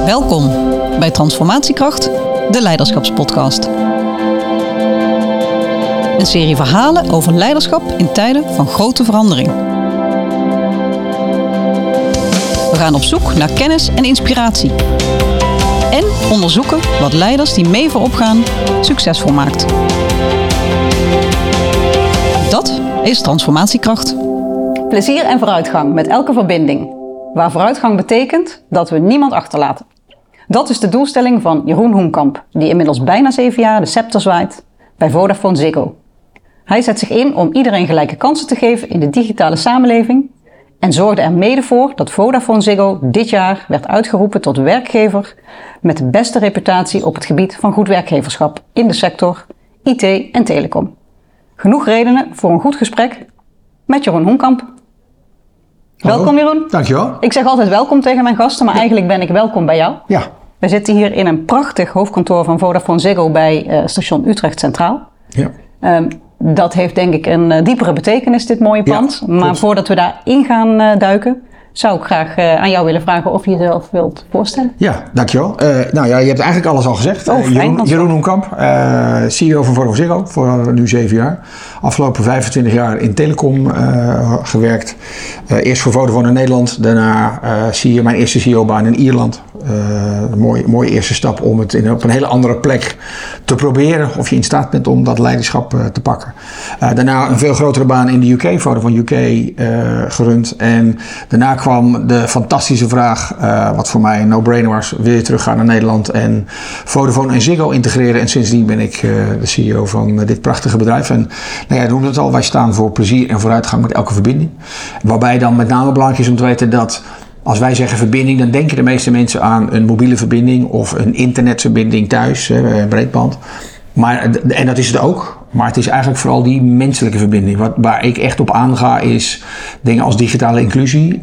Welkom bij Transformatiekracht, de Leiderschapspodcast. Een serie verhalen over leiderschap in tijden van grote verandering. We gaan op zoek naar kennis en inspiratie. En onderzoeken wat leiders die mee voorop gaan succesvol maakt. Dat is Transformatiekracht. Plezier en vooruitgang met elke verbinding. Waar vooruitgang betekent dat we niemand achterlaten. Dat is de doelstelling van Jeroen Hoenkamp, die inmiddels bijna 7 jaar de scepter zwaait bij VodafoneZiggo. Hij zet zich in om iedereen gelijke kansen te geven in de digitale samenleving en zorgde er mede voor dat VodafoneZiggo dit jaar werd uitgeroepen tot werkgever met de beste reputatie op het gebied van goed werkgeverschap in de sector IT en telecom. Genoeg redenen voor een goed gesprek met Jeroen Hoenkamp. Hallo. Welkom Jeroen. Dankjewel. Ik zeg altijd welkom tegen mijn gasten, maar eigenlijk ben ik welkom bij jou. Ja. We zitten hier in een prachtig hoofdkantoor van VodafoneZiggo bij station Utrecht Centraal. Ja. Dat heeft denk ik een diepere betekenis, dit mooie pand. Ja, maar klopt. voordat we daarin gaan duiken, zou ik graag aan jou willen vragen of je jezelf wilt voorstellen. Ja, dankjewel. Je hebt eigenlijk alles al gezegd. Jeroen Hoenkamp, CEO van VodafoneZiggo voor nu 7 jaar. Afgelopen 25 jaar in telecom gewerkt. Eerst voor Vodafone in Nederland, daarna mijn eerste CEO-baan in Ierland. Een mooie eerste stap om het op een hele andere plek te proberen of je in staat bent om dat leiderschap te pakken. Daarna een veel grotere baan in de UK, Vodafone UK gerund. En daarna kwam de fantastische vraag, wat voor mij een no-brainer was: wil je teruggaan naar Nederland en Vodafone en Ziggo integreren? En sindsdien ben ik de CEO van dit prachtige bedrijf. En je noemde het al, wij staan voor plezier en vooruitgang met elke verbinding. Waarbij dan met name belangrijk is om te weten dat als wij zeggen verbinding, dan denken de meeste mensen aan een mobiele verbinding of een internetverbinding thuis, breedband. En dat is het ook. Maar het is eigenlijk vooral die menselijke verbinding. Waar ik echt op aanga is dingen als digitale inclusie.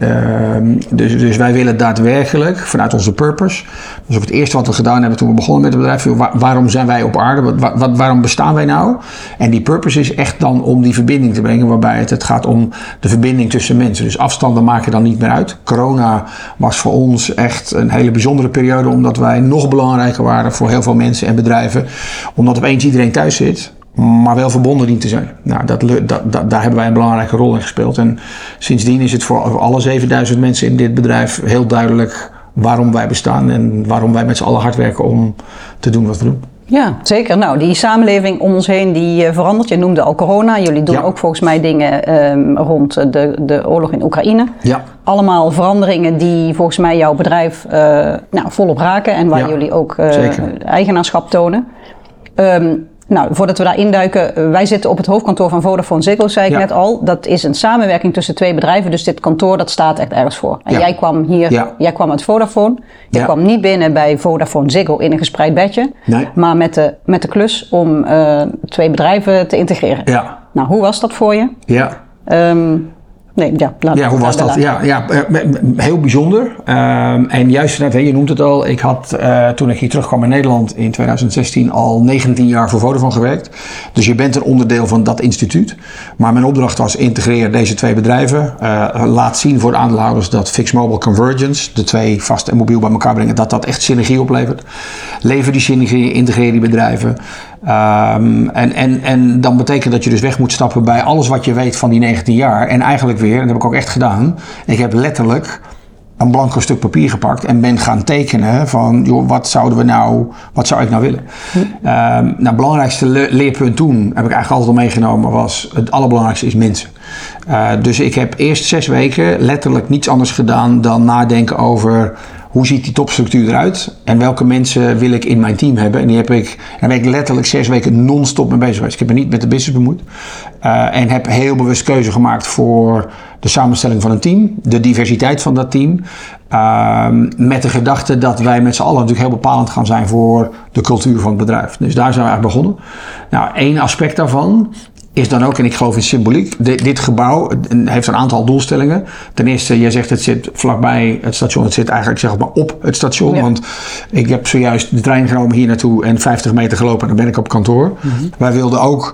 Dus wij willen daadwerkelijk vanuit onze purpose. Dus ook het eerste wat we gedaan hebben toen we begonnen met het bedrijf. Waarom zijn wij op aarde? Waarom bestaan wij nou? En die purpose is echt dan om die verbinding te brengen. Waarbij het gaat om de verbinding tussen mensen. Dus afstanden maken dan niet meer uit. Corona was voor ons echt een hele bijzondere periode. Omdat wij nog belangrijker waren voor heel veel mensen en bedrijven. Omdat opeens iedereen thuis zit, maar wel verbonden dient te zijn. Nou, daar hebben wij een belangrijke rol in gespeeld. En sindsdien is het voor alle 7000 mensen in dit bedrijf heel duidelijk waarom wij bestaan en waarom wij met z'n allen hard werken om te doen wat we doen. Ja, zeker. Nou, die samenleving om ons heen die verandert. Je noemde al corona. Jullie doen ook volgens mij dingen rond de oorlog in Oekraïne. Ja. Allemaal veranderingen die volgens mij jouw bedrijf volop raken en waar jullie ook eigenaarschap tonen. Voordat we daar induiken, wij zitten op het hoofdkantoor van VodafoneZiggo, zei ik net al. Dat is een samenwerking tussen 2 bedrijven, dus dit kantoor dat staat echt ergens voor. En jij kwam hier, jij kwam uit Vodafone. Je kwam niet binnen bij VodafoneZiggo in een gespreid bedje, maar met de klus om 2 bedrijven te integreren. Ja. Nou, hoe was dat voor je? Ja. Hoe was dat? Heel bijzonder. En juist net, je noemt het al, ik had toen ik hier terugkwam in Nederland in 2016 al 19 jaar voor Vodafone gewerkt. Dus je bent een onderdeel van dat instituut. Maar mijn opdracht was: integreer deze 2 bedrijven. Laat zien voor de aandeelhouders dat Fixed Mobile Convergence, de 2 vast en mobiel bij elkaar brengen, dat echt synergie oplevert. Lever die synergie, integreer die bedrijven. En dan betekent dat je dus weg moet stappen bij alles wat je weet van die 19 jaar. En eigenlijk weer, en dat heb ik ook echt gedaan, ik heb letterlijk een blanco stuk papier gepakt en ben gaan tekenen van, joh, wat zou ik nou willen? Het belangrijkste leerpunt toen, heb ik eigenlijk altijd al meegenomen, was het allerbelangrijkste is mensen. Dus ik heb eerst 6 weken letterlijk niets anders gedaan dan nadenken over: hoe ziet die topstructuur eruit? En welke mensen wil ik in mijn team hebben? En daar ben ik letterlijk 6 weken non-stop mee bezig geweest. Ik heb me niet met de business bemoeid. En heb heel bewust keuze gemaakt voor de samenstelling van een team. De diversiteit van dat team. Met de gedachte dat wij met z'n allen natuurlijk heel bepalend gaan zijn voor de cultuur van het bedrijf. Dus daar zijn we eigenlijk begonnen. Nou, 1 aspect daarvan is dan ook, en ik geloof in symboliek, dit gebouw heeft een aantal doelstellingen. Ten eerste, jij zegt het zit vlakbij het station. Het zit eigenlijk, zeg maar, op het station. Ja. Want ik heb zojuist de trein genomen hier naartoe en 50 meter gelopen en dan ben ik op kantoor. Mm-hmm. Wij wilden ook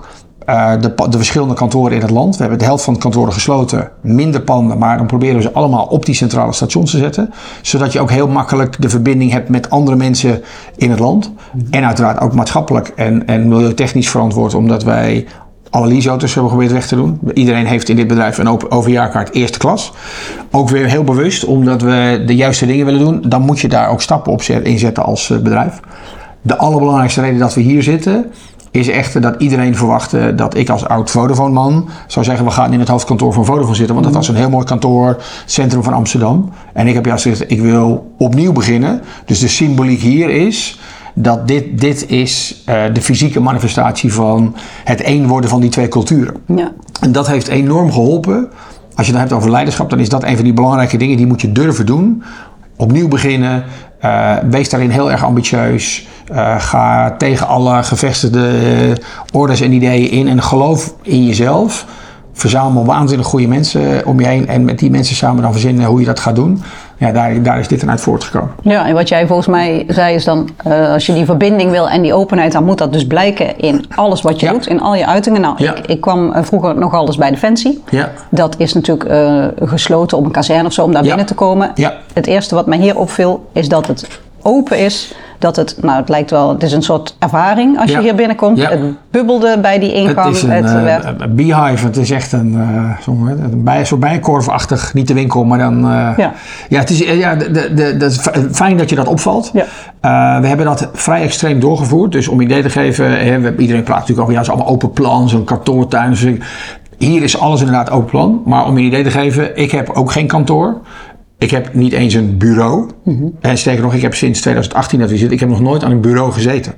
de verschillende kantoren in het land. We hebben de helft van de kantoren gesloten, minder panden, maar dan proberen we ze allemaal op die centrale stations te zetten. Zodat je ook heel makkelijk de verbinding hebt met andere mensen in het land. En uiteraard ook maatschappelijk en milieutechnisch verantwoord, omdat wij alle leaseauto's hebben geprobeerd weg te doen. Iedereen heeft in dit bedrijf een overjaarkaart eerste klas. Ook weer heel bewust, omdat we de juiste dingen willen doen. Dan moet je daar ook stappen op inzetten als bedrijf. De allerbelangrijkste reden dat we hier zitten is echter dat iedereen verwachtte dat ik als oud Vodafone-man zou zeggen, we gaan in het hoofdkantoor van Vodafone zitten, want dat was een heel mooi kantoor, centrum van Amsterdam. En ik heb juist gezegd, ik wil opnieuw beginnen. Dus de symboliek hier is dat dit is de fysieke manifestatie van het één worden van die twee culturen. Ja. En dat heeft enorm geholpen. Als je het hebt over leiderschap, dan is dat een van die belangrijke dingen, die moet je durven doen. Opnieuw beginnen. Wees daarin heel erg ambitieus. Ga tegen alle gevestigde orders en ideeën in en geloof in jezelf. Verzamel waanzinnig goede mensen om je heen en met die mensen samen dan verzinnen hoe je dat gaat doen. Ja, daar is dit dan uit voortgekomen. Ja, en wat jij volgens mij zei is dan, als je die verbinding wil en die openheid, dan moet dat dus blijken in alles wat je doet, in al je uitingen. Nou, ik kwam vroeger nogal eens bij Defensie. Ja. Dat is natuurlijk gesloten op een kazerne of zo om daar binnen te komen. Ja. Het eerste wat mij hier opviel is dat het open is. Dat het lijkt wel, het is een soort ervaring als je hier binnenkomt. Ja. Het bubbelde bij die ingang. Het is een beehive, het is echt een soort bijenkorfachtig, niet de winkel, maar dan... het is fijn dat je dat opvalt. Ja. We hebben dat vrij extreem doorgevoerd, dus om idee te geven, iedereen praat natuurlijk over, het is allemaal open plan, zo'n kantoortuin. Dus hier is alles inderdaad open plan, maar om je een idee te geven, ik heb ook geen kantoor. Ik heb niet eens een bureau. Mm-hmm. En sterker nog, ik heb sinds 2018 dat we zitten, ik heb nog nooit aan een bureau gezeten.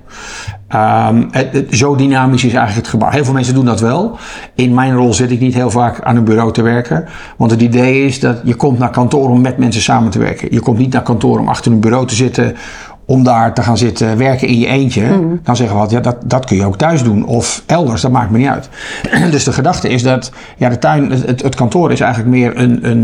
Zo dynamisch is eigenlijk het gebouw. Heel veel mensen doen dat wel. In mijn rol zit ik niet heel vaak aan een bureau te werken. Want het idee is dat je komt naar kantoor om met mensen samen te werken. Je komt niet naar kantoor om achter een bureau te zitten, om daar te gaan zitten werken in je eentje. Mm. Dan zeggen we dat kun je ook thuis doen of elders, dat maakt me niet uit. Dus de gedachte is dat de tuin, het kantoor is eigenlijk meer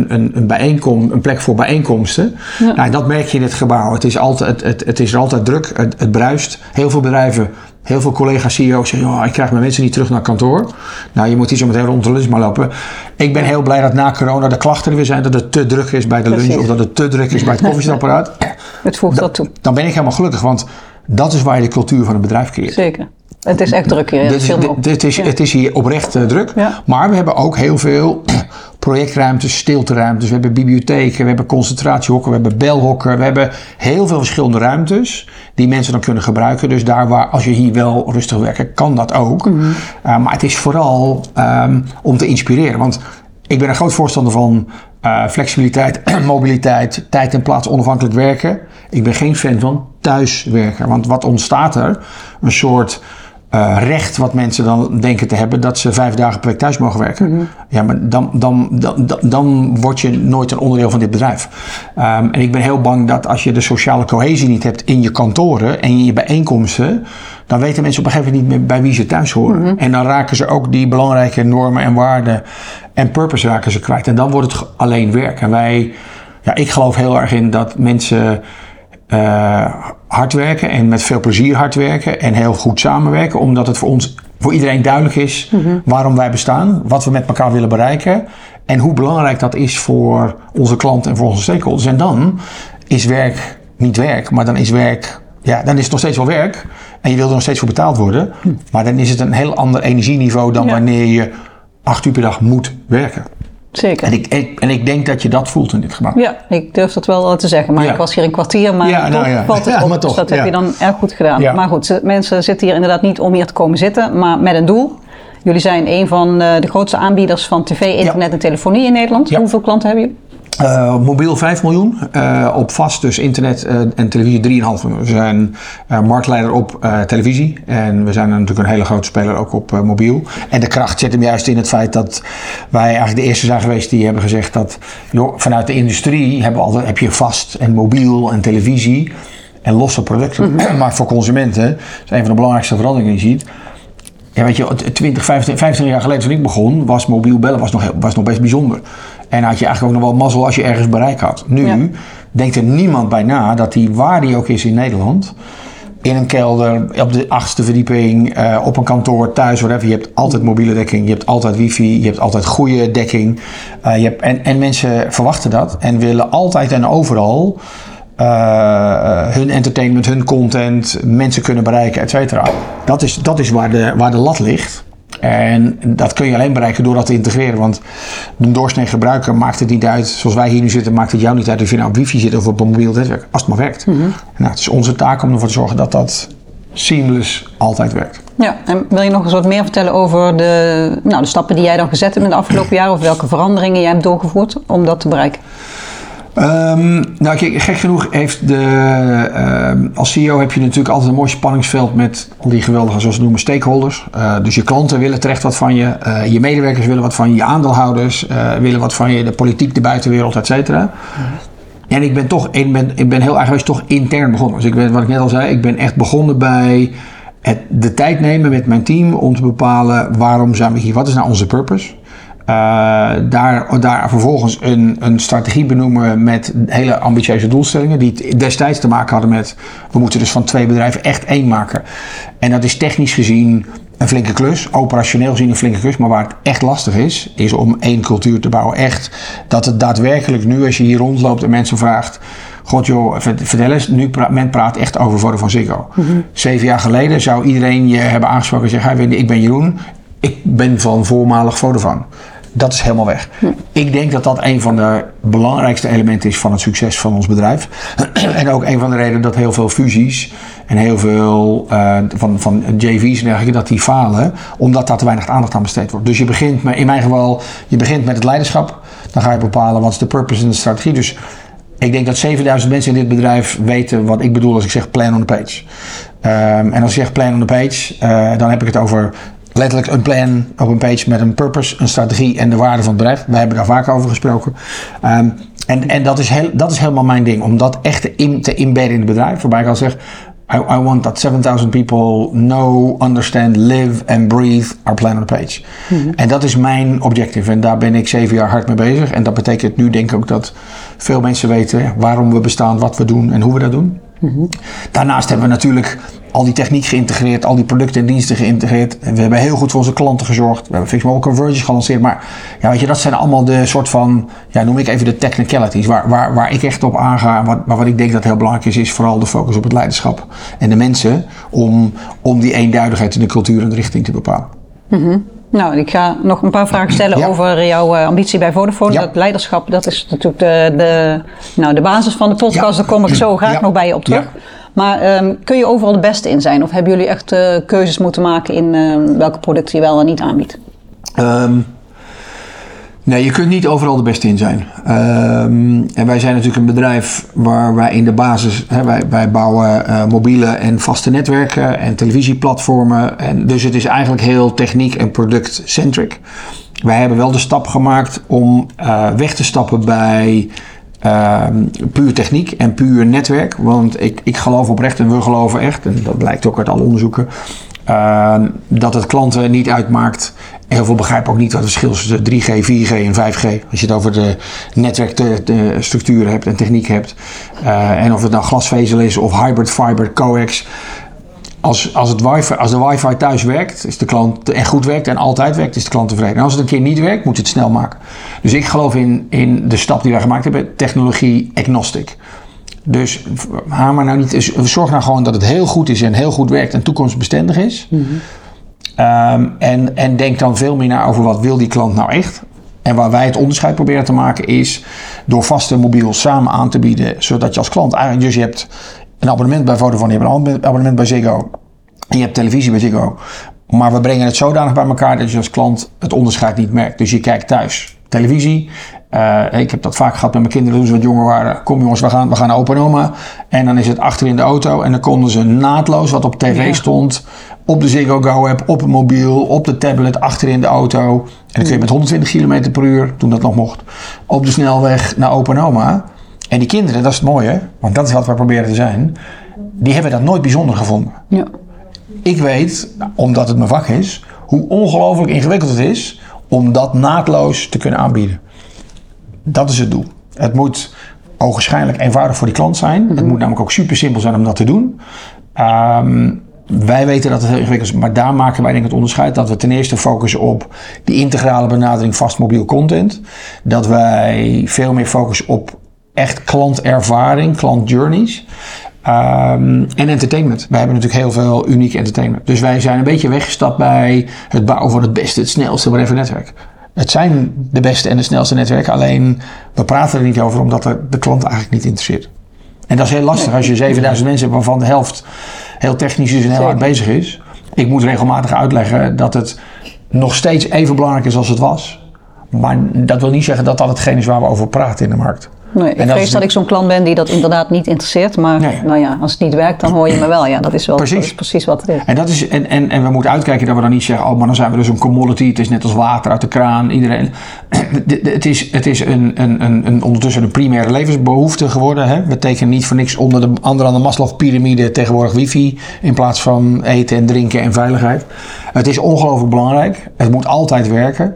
een plek voor bijeenkomsten. Ja. Nou, dat merk je in het gebouw. Het is er altijd druk, het bruist. Heel veel bedrijven, heel veel collega's, CEO's zeggen, ik krijg mijn mensen niet terug naar kantoor. Nou, je moet hier zo meteen rond de lunch maar lopen. Ik ben heel blij dat na corona de klachten er weer zijn, dat het te druk is bij de lunch of dat het te druk is bij het koffiezetapparaat. Het voegt dat toe. Dan ben ik helemaal gelukkig, want dat is waar je de cultuur van een bedrijf creëert. Zeker. Het is echt druk hier. Het is hier oprecht druk. Ja. Maar we hebben ook heel veel projectruimtes, stilteruimtes. We hebben bibliotheken, we hebben concentratiehokken, we hebben belhokken. We hebben heel veel verschillende ruimtes die mensen dan kunnen gebruiken. Dus daar waar, als je hier wel rustig werkt, kan dat ook. Mm-hmm. Maar het is vooral om te inspireren. Want ik ben een groot voorstander van flexibiliteit, mobiliteit, tijd en plaats onafhankelijk werken. Ik ben geen fan van thuiswerken. Want wat ontstaat er? Een soort recht wat mensen dan denken te hebben dat ze 5 dagen per week thuis mogen werken. Mm-hmm. Ja, maar dan word je nooit een onderdeel van dit bedrijf. En ik ben heel bang dat als je de sociale cohesie niet hebt in je kantoren en in je bijeenkomsten, dan weten mensen op een gegeven moment niet meer bij wie ze thuis horen. Mm-hmm. En dan raken ze ook die belangrijke normen en waarden en purpose raken ze kwijt. En dan wordt het alleen werk. En ik geloof heel erg in dat mensen hard werken en met veel plezier hard werken en heel goed samenwerken, omdat het voor iedereen duidelijk is waarom wij bestaan, wat we met elkaar willen bereiken en hoe belangrijk dat is voor onze klanten en voor onze stakeholders. En dan is werk niet werk, maar dan is werk, dan is het nog steeds wel werk en je wil er nog steeds voor betaald worden, maar dan is het een heel ander energieniveau dan wanneer je 8 uur per dag moet werken. Zeker. En ik denk dat je dat voelt in dit gebouw. Ja, ik durf dat wel te zeggen. Maar ik was hier een kwartier, maar toch valt het op. Maar toch, dus dat heb je dan erg goed gedaan. Ja. Maar goed, mensen zitten hier inderdaad niet om hier te komen zitten, maar met een doel. Jullie zijn een van de grootste aanbieders van tv, internet en telefonie in Nederland. Ja. Hoeveel klanten hebben jullie? Mobiel 5 miljoen, op vast dus internet en televisie 3,5 miljoen. We zijn marktleider op televisie en we zijn natuurlijk een hele grote speler ook op mobiel. En de kracht zit hem juist in het feit dat wij eigenlijk de eerste zijn geweest die hebben gezegd dat vanuit de industrie heb je vast en mobiel en televisie en losse producten. Mm-hmm. Maar voor consumenten, dat is een van de belangrijkste veranderingen die je ziet. Ja, weet je, 25 jaar geleden toen ik begon, was mobiel bellen was nog best bijzonder. En had je eigenlijk ook nog wel mazzel als je ergens bereik had. Nu denkt er niemand bij na dat waar die ook is in Nederland, in een kelder, op de 8e verdieping, op een kantoor, thuis, whatever. Je hebt altijd mobiele dekking, je hebt altijd wifi, je hebt altijd goede dekking. En mensen verwachten dat en willen altijd en overal hun entertainment, hun content, mensen kunnen bereiken, et cetera. Dat is waar de lat ligt. En dat kun je alleen bereiken door dat te integreren. Want de doorsnee gebruiker maakt het niet uit. Zoals wij hier nu zitten, maakt het jou niet uit of je nou op wifi zit of op een mobiel netwerk. Als het maar werkt. Mm-hmm. Nou, het is onze taak om ervoor te zorgen dat dat seamless altijd werkt. Ja, en wil je nog eens wat meer vertellen over de stappen die jij dan gezet hebt in de afgelopen jaren? Of welke veranderingen jij hebt doorgevoerd om dat te bereiken? Kijk, gek genoeg heeft als CEO heb je natuurlijk altijd een mooi spanningsveld met al die geweldige, zoals we noemen, stakeholders. Dus je klanten willen terecht wat van je, je medewerkers willen wat van je, je aandeelhouders willen wat van je, de politiek, de buitenwereld, et cetera. Mm-hmm. En ik ben heel erg toch intern begonnen. Dus wat ik net al zei, ik ben echt begonnen bij de tijd nemen met mijn team om te bepalen waarom zijn we hier, wat is nou onze purpose? Daar vervolgens een strategie benoemen met hele ambitieuze doelstellingen die destijds te maken hadden met we moeten dus van 2 bedrijven echt 1 maken. En dat is technisch gezien een flinke klus, operationeel gezien een flinke klus, maar waar het echt lastig is om 1 cultuur te bouwen. Echt dat het daadwerkelijk nu als je hier rondloopt en mensen vraagt, god joh, vertel eens, men praat echt over VodafoneZiggo. Mm-hmm. 7 jaar geleden zou iedereen je hebben aangesproken en zeggen, hey, ik ben Jeroen, ik ben van voormalig Vodafone. Dat is helemaal weg. Ja. Ik denk dat dat een van de belangrijkste elementen is van het succes van ons bedrijf. En ook een van de redenen dat heel veel fusies en heel veel van JV's en dergelijke, dat die falen, omdat daar te weinig aandacht aan besteed wordt. Dus je begint, in mijn geval, met het leiderschap. Dan ga je bepalen wat is de purpose en de strategie. Dus ik denk dat 7000 mensen in dit bedrijf weten wat ik bedoel als ik zeg plan on the page. En als ik zeg plan on the page, dan heb ik het over letterlijk een plan op een page met een purpose, een strategie en de waarde van het bedrijf. Wij hebben daar vaak over gesproken. En dat is helemaal mijn ding, om dat echt te embedden in het bedrijf. Waarbij ik al zeg, I want that 7000 people know, understand, live and breathe our plan on the page. Mm-hmm. En dat is mijn objective en daar ben ik 7 jaar hard mee bezig. En dat betekent nu denk ik ook dat veel mensen weten waarom we bestaan, wat we doen en hoe we dat doen. Mm-hmm. Daarnaast hebben we natuurlijk al die techniek geïntegreerd, al die producten en diensten geïntegreerd. En we hebben heel goed voor onze klanten gezorgd. We hebben Fixed Mobile Convergence gelanceerd. Maar ja, weet je, dat zijn allemaal de soort van, ja, noem ik even de technicalities. Waar ik echt op aanga. Maar wat ik denk dat heel belangrijk is vooral de focus op het leiderschap. En de mensen om die eenduidigheid in de cultuur en de richting te bepalen. Mm-hmm. Nou, ik ga nog een paar vragen stellen over jouw ambitie bij Vodafone. Ja. Dat leiderschap, dat is natuurlijk de basis van de podcast. Daar kom ik zo graag nog bij je op terug. Ja. Maar kun je overal de beste in zijn? Of hebben jullie echt keuzes moeten maken in welke producten je wel en niet aanbiedt? Nee, je kunt niet overal de beste in zijn. En wij zijn natuurlijk een bedrijf waar wij in de basis, wij bouwen mobiele en vaste netwerken en televisieplatformen. En dus het is eigenlijk heel techniek en product-centric. Wij hebben wel de stap gemaakt om weg te stappen bij puur techniek en puur netwerk. Want ik geloof oprecht en we geloven echt, en dat blijkt ook uit alle onderzoeken, dat het klanten niet uitmaakt. Heel veel begrijpen ook niet wat het verschil is tussen 3G, 4G en 5G. Als je het over de netwerkstructuren hebt en techniek hebt. En of het nou glasvezel is of hybrid fiber, coax. Als de wifi thuis werkt, is de klant en goed werkt en altijd werkt, is de klant tevreden. En als het een keer niet werkt, moet je het snel maken. Dus ik geloof in de stap die wij gemaakt hebben, technologie agnostic. Dus hamer nou niet, zorg nou gewoon dat het heel goed is en heel goed werkt en toekomstbestendig is. Mm-hmm. En denk dan veel meer na over wat wil die klant nou echt. En waar wij het onderscheid proberen te maken is door vast en mobiel samen aan te bieden, zodat je als klant eigenlijk, dus je hebt een abonnement bij Vodafone, je hebt een abonnement bij Ziggo en je hebt televisie bij Ziggo. Maar we brengen het zodanig bij elkaar dat je als klant het onderscheid niet merkt. Dus je kijkt thuis televisie. Ik heb dat vaak gehad met mijn kinderen toen ze wat jonger waren. Kom jongens, we gaan naar opa en oma. En dan is het achter in de auto. En dan konden ze naadloos wat op tv stond. Op de Ziggo Go app, op het mobiel, op de tablet, achter in de auto. En dan kun je met 120 km per uur, toen dat nog mocht, op de snelweg naar opa en oma. En die kinderen, dat is het mooie, want dat is wat we proberen te zijn. Die hebben dat nooit bijzonder gevonden. Ja. Ik weet, omdat het mijn vak is, hoe ongelooflijk ingewikkeld het is om dat naadloos te kunnen aanbieden. Dat is het doel. Het moet ogenschijnlijk eenvoudig voor die klant zijn. Mm-hmm. Het moet namelijk ook super simpel zijn om dat te doen. Wij weten dat het heel ingewikkeld is, maar daar maken wij denk ik het onderscheid. Dat we ten eerste focussen op die integrale benadering vast mobiel content. Dat wij veel meer focussen op echt klantervaring, klantjourneys. En entertainment. Wij hebben natuurlijk heel veel uniek entertainment. Dus wij zijn een beetje weggestapt bij het bouwen van het beste, het snelste, whatever netwerk. Het zijn de beste en de snelste netwerken, alleen we praten er niet over omdat de klant eigenlijk niet interesseert. En dat is heel lastig als je 7000 mensen hebt waarvan de helft heel technisch is en heel hard bezig is. Ik moet regelmatig uitleggen dat het nog steeds even belangrijk is als het was. Maar dat wil niet zeggen dat dat hetgeen is waar we over praten in de markt. Nee, ik vrees dat ik zo'n klant ben die dat inderdaad niet interesseert. Maar nou ja, als het niet werkt, dan hoor je me wel. Ja, dat is wel precies wat het is. En, dat is en we moeten uitkijken dat we dan niet zeggen... oh, maar dan zijn we dus een commodity. Het is net als water uit de kraan. Iedereen. Het is ondertussen een primaire levensbehoefte geworden. Hè? We tekenen niet voor niks onder de Maslow-pyramide tegenwoordig wifi... in plaats van eten en drinken en veiligheid. Het is ongelooflijk belangrijk. Het moet altijd werken.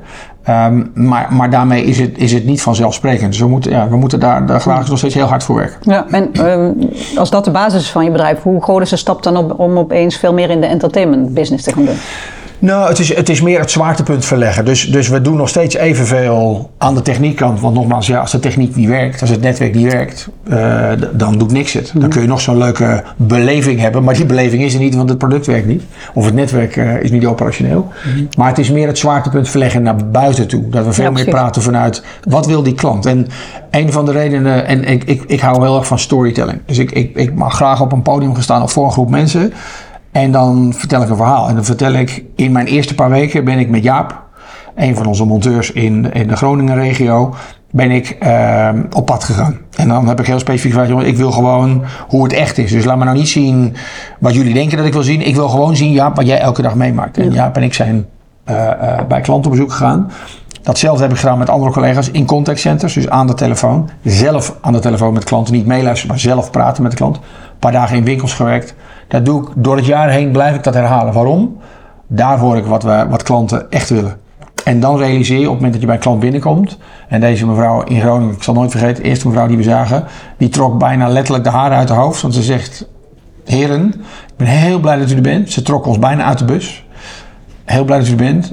Maar daarmee is het niet vanzelfsprekend. Dus we moeten daar graag nog steeds heel hard voor werken. Ja, en als dat de basis is van je bedrijf, hoe groot is de stap dan om opeens veel meer in de entertainment business te gaan doen? Nou, het is meer het zwaartepunt verleggen. Dus we doen nog steeds evenveel aan de techniekkant. Want nogmaals, als de techniek niet werkt, als het netwerk niet werkt, dan doet niks het. Dan kun je nog zo'n leuke beleving hebben. Maar die beleving is er niet, want het product werkt niet. Of het netwerk is niet operationeel. Maar het is meer het zwaartepunt verleggen naar buiten toe. Dat we veel meer praten vanuit, wat wil die klant? En een van de redenen, en ik hou heel erg van storytelling. Dus ik mag graag op een podium gaan staan of voor een groep mensen. En dan vertel ik een verhaal. En dan vertel ik, in mijn eerste paar weken ben ik met Jaap, een van onze monteurs in de Groningen regio, ben ik op pad gegaan. En dan heb ik heel specifiek gezegd, jongen, ik wil gewoon hoe het echt is. Dus laat me nou niet zien wat jullie denken dat ik wil zien. Ik wil gewoon zien, Jaap, wat jij elke dag meemaakt. En Jaap en ik zijn bij klanten op bezoek gegaan. Datzelfde heb ik gedaan met andere collega's in contact centers, dus aan de telefoon. Zelf aan de telefoon met klanten, niet meeluisteren, maar zelf praten met de klant. Een paar dagen in winkels gewerkt. Dat doe ik door het jaar heen, blijf ik dat herhalen. Waarom? Daar hoor ik wat klanten echt willen. En dan realiseer je op het moment dat je bij een klant binnenkomt. En deze mevrouw in Groningen, ik zal nooit vergeten, de eerste mevrouw die we zagen, die trok bijna letterlijk de haren uit haar hoofd. Want ze zegt, heren, ik ben heel blij dat u er bent. Ze trok ons bijna uit de bus. Heel blij dat u er bent.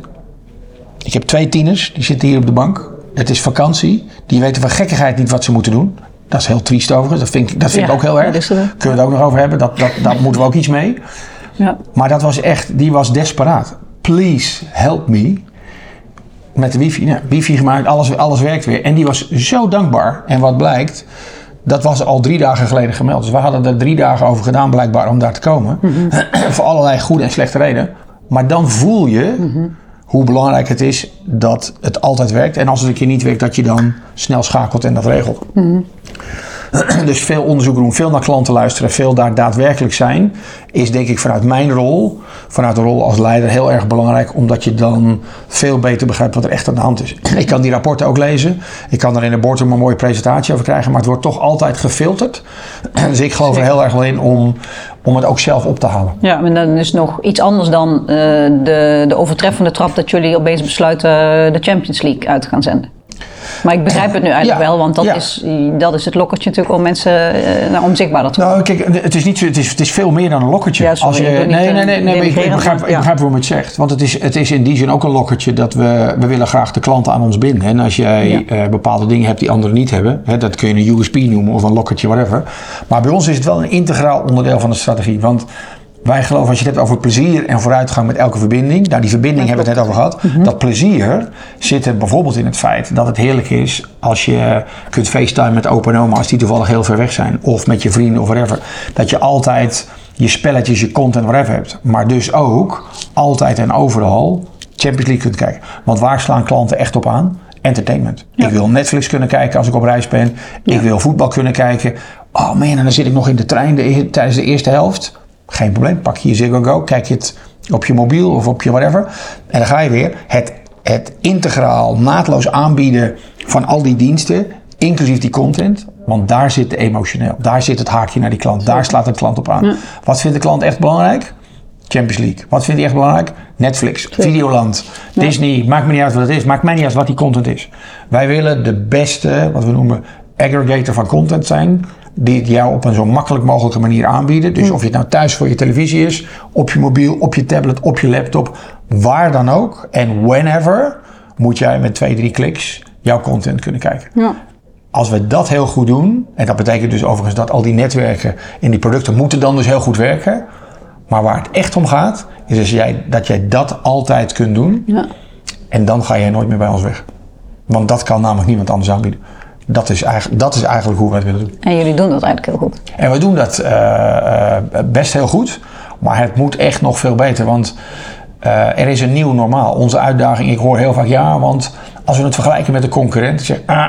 Ik heb 2 tieners, die zitten hier op de bank. Het is vakantie. Die weten van gekkigheid niet wat ze moeten doen. Dat is heel triest overigens. Dat vind ik ook heel erg. Kunnen we het ook nog over hebben. Daar moeten we ook iets mee. Ja. Maar dat was echt, die was desperaat. Please help me. Met de wifi. Nou, wifi gemaakt, alles werkt weer. En die was zo dankbaar. En wat blijkt, dat was al 3 dagen geleden gemeld. Dus we hadden er 3 dagen over gedaan blijkbaar om daar te komen. Voor allerlei goede en slechte redenen. Maar dan voel je hoe belangrijk het is dat het altijd werkt. En als het een keer niet werkt, dat je dan snel schakelt en dat regelt. Dus veel onderzoek doen, veel naar klanten luisteren, veel daar daadwerkelijk zijn, is denk ik vanuit mijn rol, vanuit de rol als leider heel erg belangrijk, omdat je dan veel beter begrijpt wat er echt aan de hand is. Ik kan die rapporten ook lezen, ik kan er in de boardroom een mooie presentatie over krijgen, maar het wordt toch altijd gefilterd. Dus ik geloof er heel erg wel in om het ook zelf op te halen. Ja, en dan is nog iets anders dan de overtreffende trap dat jullie opeens besluiten de Champions League uit te gaan zenden. Maar ik begrijp het nu eigenlijk wel, want dat is het lokkertje natuurlijk om mensen onzichtbaarder te maken. Nou, kijk, het is niet zo, het is veel meer dan een lokkertje. Ja, sorry, ik begrijp waarom je het zegt. Want het is in die zin ook een lokkertje dat we willen graag de klanten aan ons binden. En als jij bepaalde dingen hebt die anderen niet hebben, dat kun je een USP noemen of een lokkertje, whatever. Maar bij ons is het wel een integraal onderdeel van de strategie. Want wij geloven, als je het hebt over plezier en vooruitgang met elke verbinding. Nou, die verbinding hebben we het net over gehad. Dat plezier zit er bijvoorbeeld in het feit dat het heerlijk is als je kunt facetimen met opa en oma als die toevallig heel ver weg zijn. Of met je vrienden of whatever. Dat je altijd je spelletjes, je content, whatever hebt. Maar dus ook altijd en overal Champions League kunt kijken. Want waar slaan klanten echt op aan? Entertainment. Ja. Ik wil Netflix kunnen kijken als ik op reis ben. Ik wil voetbal kunnen kijken. Oh man, en dan zit ik nog in de trein tijdens de eerste helft. Geen probleem, pak je Ziggo Go, kijk je het op je mobiel of op je whatever. En dan ga je weer. Het integraal, naadloos aanbieden van al die diensten, inclusief die content. Want daar zit de emotioneel. Daar zit het haakje naar die klant. Daar slaat de klant op aan. Ja. Wat vindt de klant echt belangrijk? Champions League. Wat vindt hij echt belangrijk? Netflix, Videoland, Disney. Maakt me niet uit wat het is. Maakt mij niet uit wat die content is. Wij willen de beste, wat we noemen, aggregator van content zijn. die het jou op een zo makkelijk mogelijke manier aanbieden. Dus of je het nou thuis voor je televisie is, op je mobiel, op je tablet, op je laptop, waar dan ook. En whenever moet jij met 2-3 kliks jouw content kunnen kijken. Ja. Als we dat heel goed doen, en dat betekent dus overigens dat al die netwerken en die producten moeten dan dus heel goed werken. Maar waar het echt om gaat, is dus dat jij dat altijd kunt doen. Ja. En dan ga jij nooit meer bij ons weg. Want dat kan namelijk niemand anders aanbieden. Dat is eigenlijk hoe we het willen doen. En jullie doen dat eigenlijk heel goed. En we doen dat best heel goed. Maar het moet echt nog veel beter. Want er is een nieuw normaal. Onze uitdaging, ik hoor heel vaak want als we het vergelijken met de concurrent. Ik zeg,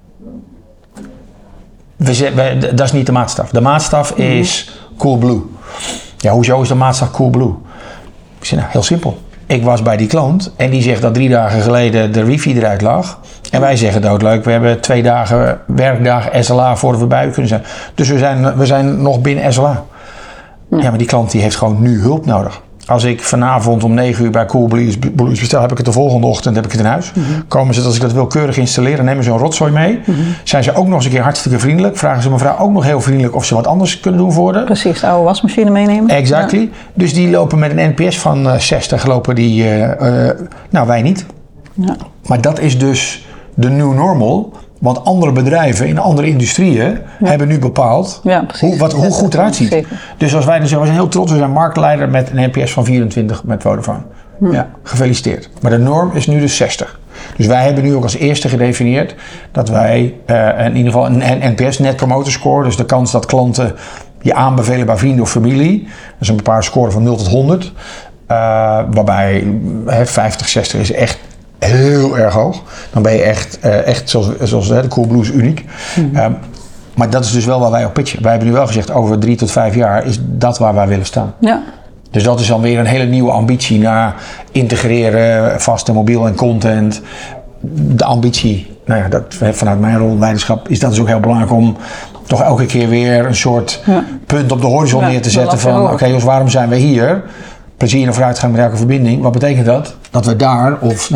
dat is niet de maatstaf. De maatstaf is Coolblue. Ja, hoezo is de maatstaf Coolblue? Ik zeg, heel simpel. Ik was bij die klant en die zegt dat 3 dagen geleden de wifi eruit lag. En wij zeggen doodleuk, we hebben 2 dagen werkdagen SLA voordat we bij u kunnen zijn. Dus we zijn nog binnen SLA. Ja, maar die klant die heeft gewoon nu hulp nodig. Als ik vanavond om 9 uur bij Coolblue bestel, heb ik het de volgende ochtend in huis. Mm-hmm. Komen ze, als ik dat wil, keurig installeren, nemen ze een rotzooi mee. Mm-hmm. Zijn ze ook nog eens een keer hartstikke vriendelijk. Vragen ze mevrouw ook nog heel vriendelijk of ze wat anders kunnen doen voor haar. Precies, de oude wasmachine meenemen. Exactly. Ja. Dus die lopen met een NPS van 60, lopen die, wij niet. Ja. Maar dat is dus de new normal. Want andere bedrijven in andere industrieën hebben nu bepaald hoe goed het eruit ziet. Zeker. Dus als wij dan zeggen, we zijn heel trots, we zijn marktleider met een NPS van 24 met Vodafone. Ja, gefeliciteerd. Maar de norm is nu dus 60. Dus wij hebben nu ook als eerste gedefinieerd dat wij in ieder geval een NPS, Net Promoter Score, dus de kans dat klanten je aanbevelen bij vrienden of familie, dat is een bepaalde score van 0 tot 100, waarbij 50, 60 is echt heel erg hoog. Dan ben je echt zoals de Coolblue is uniek. Mm-hmm. Maar dat is dus wel waar wij op pitchen. Wij hebben nu wel gezegd, over 3 tot 5 jaar is dat waar wij willen staan. Ja. Dus dat is dan weer een hele nieuwe ambitie naar integreren, vast en mobiel en content. De ambitie, vanuit mijn rol leiderschap is dat dus ook heel belangrijk om toch elke keer weer een soort punt op de horizon neer te zetten van oké, jongens, waarom zijn we hier? Plezier en vooruitgang met elke verbinding. Wat betekent dat? Dat we daar,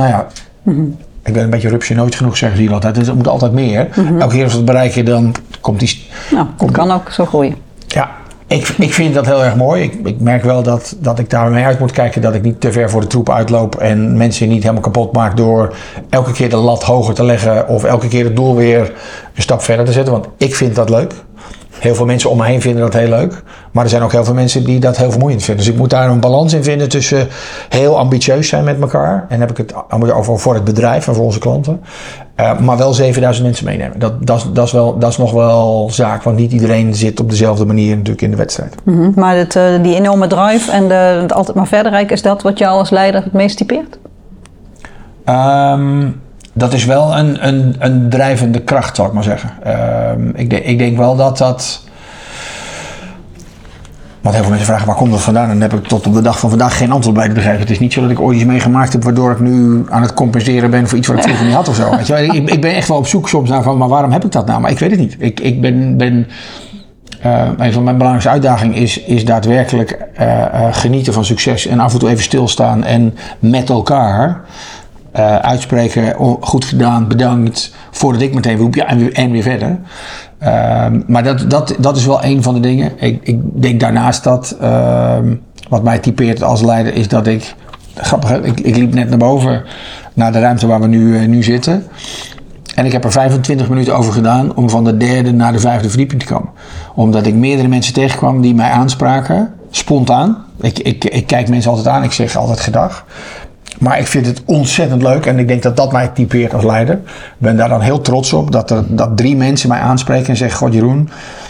ik ben een beetje rupsje nooit genoeg, zeggen ze hier altijd. Dus er moet altijd meer. Mm-hmm. Elke keer als we het bereiken, dan komt die... dat kan ook zo groeien. Ja, ik vind dat heel erg mooi. Ik merk wel dat ik daarmee uit moet kijken. Dat ik niet te ver voor de troep uitloop. En mensen niet helemaal kapot maak door elke keer de lat hoger te leggen. Of elke keer het doel weer een stap verder te zetten. Want ik vind dat leuk. Heel veel mensen om me heen vinden dat heel leuk. Maar er zijn ook heel veel mensen die dat heel vermoeiend vinden. Dus ik moet daar een balans in vinden tussen heel ambitieus zijn met elkaar. En dan heb ik het over voor het bedrijf en voor onze klanten. Maar wel 7000 mensen meenemen. Dat is nog wel zaak. Want niet iedereen zit op dezelfde manier natuurlijk in de wedstrijd. Mm-hmm. Maar die enorme drive en het altijd maar verder rijken. Is dat wat jou als leider het meest typeert? Dat is wel een drijvende kracht, zal ik maar zeggen. Ik denk wel dat... Want heel veel mensen vragen, waar komt dat vandaan? En dan heb ik tot op de dag van vandaag geen antwoord bij te begrijpen. Het is niet zo dat ik ooit iets meegemaakt heb waardoor ik nu aan het compenseren ben voor iets wat ik vroeger niet had of zo. Weet je? Ik ben echt wel op zoek soms naar van, maar waarom heb ik dat nou? Maar ik weet het niet. Ik ben een van mijn belangrijkste uitdagingen is daadwerkelijk genieten van succes en af en toe even stilstaan en met elkaar... uitspreken, goed gedaan, bedankt, voordat ik meteen roep, en weer verder. Maar dat is wel een van de dingen. Ik denk daarnaast dat, wat mij typeert als leider, is dat grappig, ik liep net naar boven, naar de ruimte waar we nu zitten. En ik heb er 25 minuten over gedaan om van de 3e naar de 5e verdieping te komen. Omdat ik meerdere mensen tegenkwam die mij aanspraken, spontaan. Ik kijk mensen altijd aan, ik zeg altijd gedag. Maar ik vind het ontzettend leuk en ik denk dat dat mij typeert als leider. Ik ben daar dan heel trots op dat 3 mensen mij aanspreken en zeggen... God Jeroen,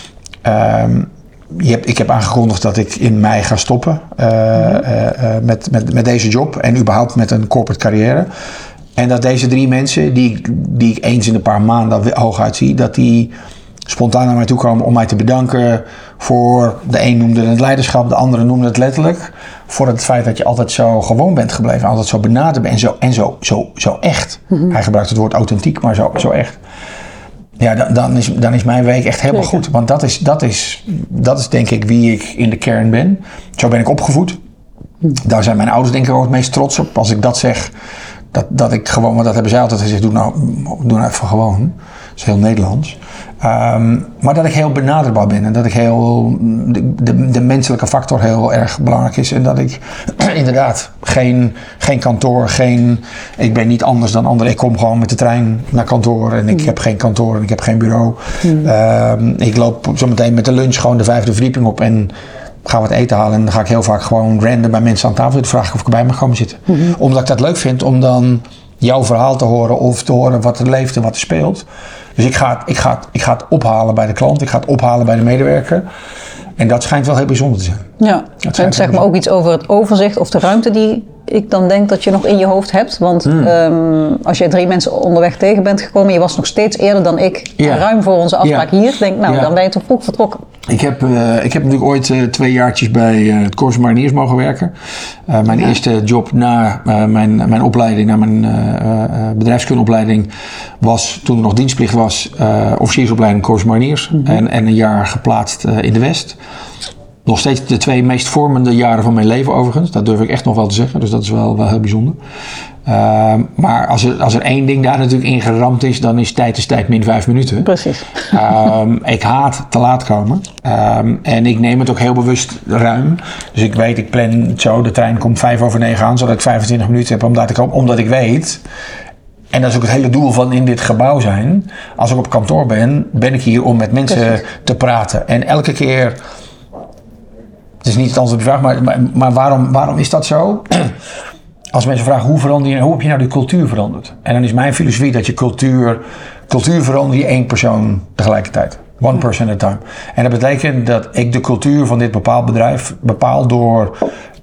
ik heb aangekondigd dat ik in mei ga stoppen met deze job en überhaupt met een corporate carrière. En dat deze 3 mensen, die ik eens in een paar maanden hooguit zie, dat die spontaan naar mij toe komen om mij te bedanken voor... De een noemde het leiderschap, de andere noemde het letterlijk... voor het feit dat je altijd zo gewoon bent gebleven, altijd zo benaderd bent en zo echt. Mm-hmm. Hij gebruikt het woord authentiek, maar zo echt. Ja, dan is mijn week echt helemaal goed. Want dat is denk ik wie ik in de kern ben. Zo ben ik opgevoed. Daar zijn mijn ouders denk ik ook het meest trots op. Als ik dat zeg, Dat ik gewoon, want dat hebben zij altijd gezegd, doe nou even gewoon. Dat is heel Nederlands. Maar dat ik heel benaderbaar ben en dat ik heel de menselijke factor heel erg belangrijk is. En dat ik inderdaad geen kantoor, ik ben niet anders dan anderen. Ik kom gewoon met de trein naar kantoor en ik heb geen kantoor en ik heb geen bureau. Ik loop zo meteen met de lunch gewoon de 5e verdieping op en ga wat eten halen. En dan ga ik heel vaak gewoon random bij mensen aan tafel zitten. Vraag ik of ik erbij mag komen zitten. Omdat ik dat leuk vind om dan jouw verhaal te horen of te horen wat er leeft en wat er speelt. Dus ik ga het ophalen bij de klant. Ik ga het ophalen bij de medewerker. En dat schijnt wel heel bijzonder te zijn. Ja, en zeg maar ook iets over het overzicht of de ruimte die ik dan denk dat je nog in je hoofd hebt. Want als je 3 mensen onderweg tegen bent gekomen, je was nog steeds eerder dan ik, ruim voor onze afspraak hier. Denk, dan ben je toch vroeg vertrokken. Ik heb natuurlijk ooit 2 jaartjes bij het Corps Mariniers mogen werken. Mijn eerste job na mijn opleiding, na mijn bedrijfskundeopleiding, was toen er nog dienstplicht was, officiersopleiding Corps Mariniers. En een jaar geplaatst in de West. Nog steeds de 2 meest vormende jaren van mijn leven overigens. Dat durf ik echt nog wel te zeggen. Dus dat is wel heel bijzonder. Maar als er 1 ding daar natuurlijk in geramd is, dan is tijd min 5 minuten. Precies. Ik haat te laat komen. En ik neem het ook heel bewust ruim. Dus ik plan het zo. De trein komt 9:05 aan, zodat ik 25 minuten heb. Omdat ik weet, en dat is ook het hele doel van in dit gebouw zijn. Als ik op kantoor ben ik hier om met mensen te praten. En elke keer, het is niet het antwoord op je vraag, maar waarom is dat zo? Als mensen vragen hoe heb je nou de cultuur veranderd? En dan is mijn filosofie dat je cultuur verander je 1 persoon tegelijkertijd. 1 person at a time. En dat betekent dat ik de cultuur van dit bepaald bedrijf bepaal door,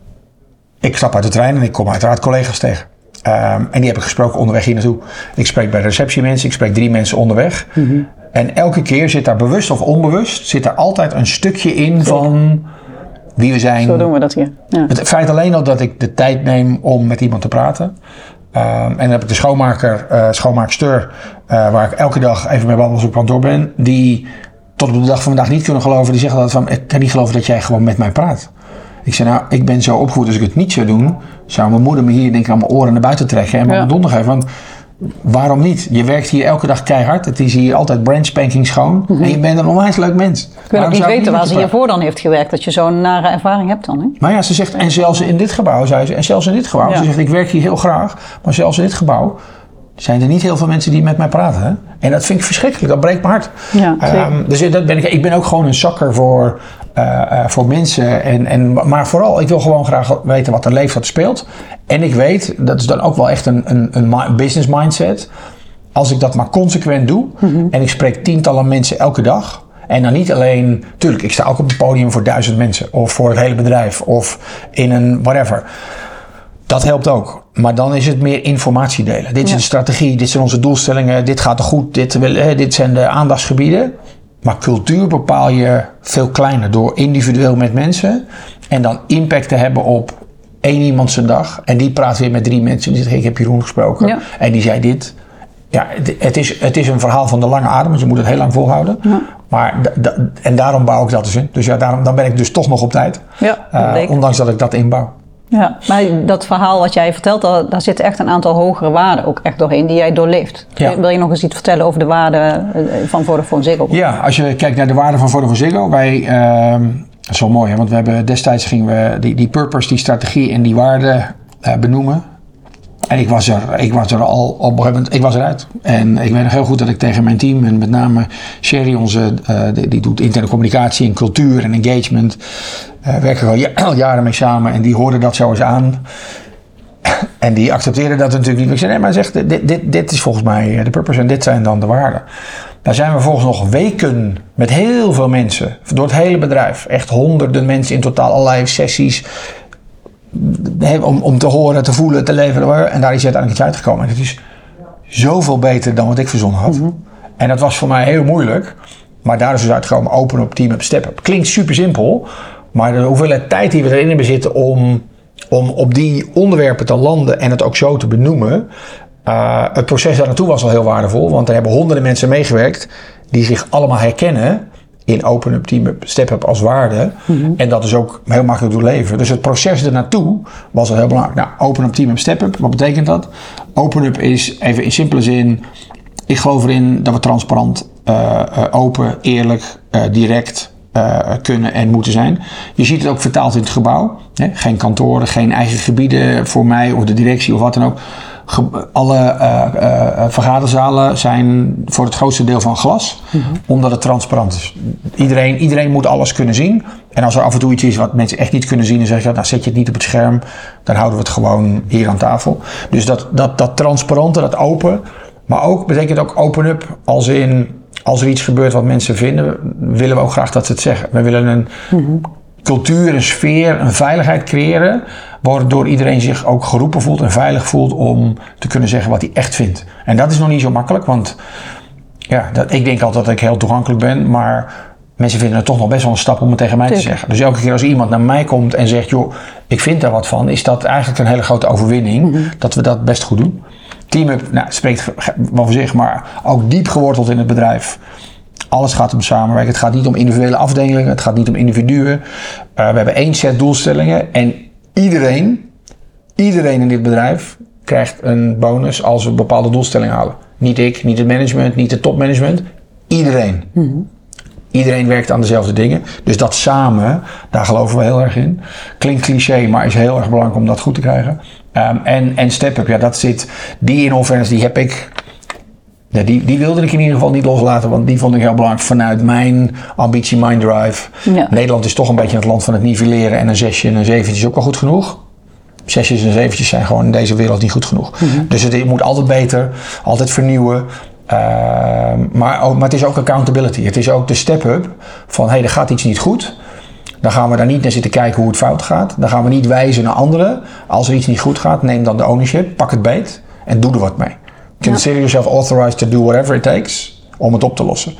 ik stap uit de trein en ik kom uiteraard collega's tegen. En die heb ik gesproken onderweg hier naartoe. Ik spreek bij de receptie mensen, ik spreek 3 mensen onderweg. En elke keer zit daar bewust of onbewust, zit daar altijd een stukje in van wie we zijn. Zo doen we dat hier. Ja. Het feit alleen al dat ik de tijd neem om met iemand te praten. En dan heb ik de schoonmaakster, waar ik elke dag even mee wandel als ik op kantoor ben, die tot op de dag van vandaag niet kunnen geloven. Die zeggen altijd van, ik kan niet geloven dat jij gewoon met mij praat. Ik zei, ik ben zo opgevoed, als ik het niet zou doen, zou mijn moeder me hier denk ik aan mijn oren naar buiten trekken en me donder geven. Want waarom niet? Je werkt hier elke dag keihard. Het is hier altijd brand spanking schoon. En je bent een onwijs leuk mens. Ik wil ook niet weten waar ze hiervoor dan heeft gewerkt. Dat je zo'n nare ervaring hebt dan. Hè? Maar ja, ze zegt, en zelfs in dit gebouw, zei ze. En zelfs in dit gebouw. Ja. Ze zegt, ik werk hier heel graag. Maar zelfs in dit gebouw zijn er niet heel veel mensen die met mij praten. Hè? En dat vind ik verschrikkelijk. Dat breekt mijn hart. Ja, dus dat ben ik ben ook gewoon een zakker voor mensen. Maar vooral, ik wil gewoon graag weten wat er leeft, wat er speelt. En ik weet, dat is dan ook wel echt een business mindset. Als ik dat maar consequent doe. En ik spreek tientallen mensen elke dag. En dan niet alleen, tuurlijk, ik sta ook op een podium voor 1000 mensen. Of voor het hele bedrijf. Of in een whatever. Dat helpt ook. Maar dan is het meer informatie delen. Dit is de strategie, dit zijn onze doelstellingen. Dit gaat er goed, dit zijn de aandachtsgebieden. Maar cultuur bepaal je veel kleiner door individueel met mensen. En dan impact te hebben op 1 iemand zijn dag. En die praat weer met 3 mensen. En die zegt, ik heb Jeroen gesproken. Ja. En die zei dit. Ja, het is een verhaal van de lange adem. Want je moet het heel lang volhouden. Ja. Maar en daarom bouw ik dat dus in. Dus ja, dan ben ik dus toch nog op tijd. Ja, ondanks dat ik dat inbouw. Ja, maar dat verhaal wat jij vertelt, daar zitten echt een aantal hogere waarden ook echt doorheen die jij doorleeft. Ja. Wil je nog eens iets vertellen over de waarden van Vodafone Ziggo? Ja, als je kijkt naar de waarden van Vodafone Ziggo, dat is wel mooi, hè? Want we hebben destijds gingen we die purpose, die strategie en die waarden benoemen. En ik was er al op een gegeven moment, ik was eruit. En ik weet nog heel goed dat ik tegen mijn team, en met name Sherry, die doet interne communicatie en cultuur en engagement, werken we al jaren mee samen en die hoorde dat zo eens aan. En die accepteerde dat natuurlijk niet. Ik zei, nee, maar zegt, dit is volgens mij de purpose en dit zijn dan de waarden. Daar zijn we volgens nog weken met heel veel mensen, door het hele bedrijf, echt honderden mensen in totaal, allerlei sessies, om te horen, te voelen, te leven. En daar is uiteindelijk iets uitgekomen. En het is zoveel beter dan wat ik verzonnen had. En dat was voor mij heel moeilijk. Maar daar is dus uitgekomen, open up, team up, step up. Klinkt super simpel. Maar de hoeveelheid tijd die we erin hebben zitten om op die onderwerpen te landen en het ook zo te benoemen. Het proces daar naartoe was al heel waardevol. Want er hebben honderden mensen meegewerkt die zich allemaal herkennen in open up, team up, step up als waarde. En dat is ook heel makkelijk doorleven. Dus het proces ernaartoe was al heel belangrijk. Nou, open up, team up, step up, wat betekent dat? Open-up is, even in simpele zin, ik geloof erin dat we transparant, open, eerlijk, direct kunnen en moeten zijn. Je ziet het ook vertaald in het gebouw. Hè? Geen kantoren, geen eigen gebieden voor mij of de directie of wat dan ook. Alle vergaderzalen zijn voor het grootste deel van glas, omdat het transparant is. Iedereen moet alles kunnen zien. En als er af en toe iets is wat mensen echt niet kunnen zien, dan zeg je, nou, zet je het niet op het scherm, dan houden we het gewoon hier aan tafel. Dus dat transparante, dat open, maar ook betekent ook open-up als er iets gebeurt wat mensen vinden, willen we ook graag dat ze het zeggen. We willen een cultuur, een sfeer, een veiligheid creëren, waardoor iedereen zich ook geroepen voelt en veilig voelt om te kunnen zeggen wat hij echt vindt. En dat is nog niet zo makkelijk, want ja, ik denk altijd dat ik heel toegankelijk ben, maar mensen vinden het toch nog best wel een stap om het tegen mij te zeggen. Dus elke keer als iemand naar mij komt en zegt, joh, ik vind daar wat van, is dat eigenlijk een hele grote overwinning, dat we dat best goed doen. Team-up, spreekt wel voor zich, maar ook diep geworteld in het bedrijf. Alles gaat om samenwerken. Het gaat niet om individuele afdelingen. Het gaat niet om individuen. We hebben 1 set doelstellingen. En iedereen in dit bedrijf krijgt een bonus als we bepaalde doelstellingen halen. Niet ik, niet het management, niet het topmanagement. Iedereen. Iedereen werkt aan dezelfde dingen. Dus dat samen, daar geloven we heel erg in. Klinkt cliché, maar is heel erg belangrijk om dat goed te krijgen. En step-up, ja, dat zit. Die in-offense, die heb ik. Ja, die wilde ik in ieder geval niet loslaten, want die vond ik heel belangrijk vanuit mijn ambitie, mijn drive. Ja. Nederland is toch een beetje het land van het nivelleren en een 6 en een 7 is ook wel goed genoeg. 6 en 7 zijn gewoon in deze wereld niet goed genoeg. Dus het moet altijd beter, altijd vernieuwen. Maar het is ook accountability. Het is ook de step-up van, er gaat iets niet goed. Dan gaan we daar niet naar zitten kijken hoe het fout gaat. Dan gaan we niet wijzen naar anderen. Als er iets niet goed gaat, neem dan de ownership, pak het beet en doe er wat mee. Consider yourself authorized to do whatever it takes om het op te lossen.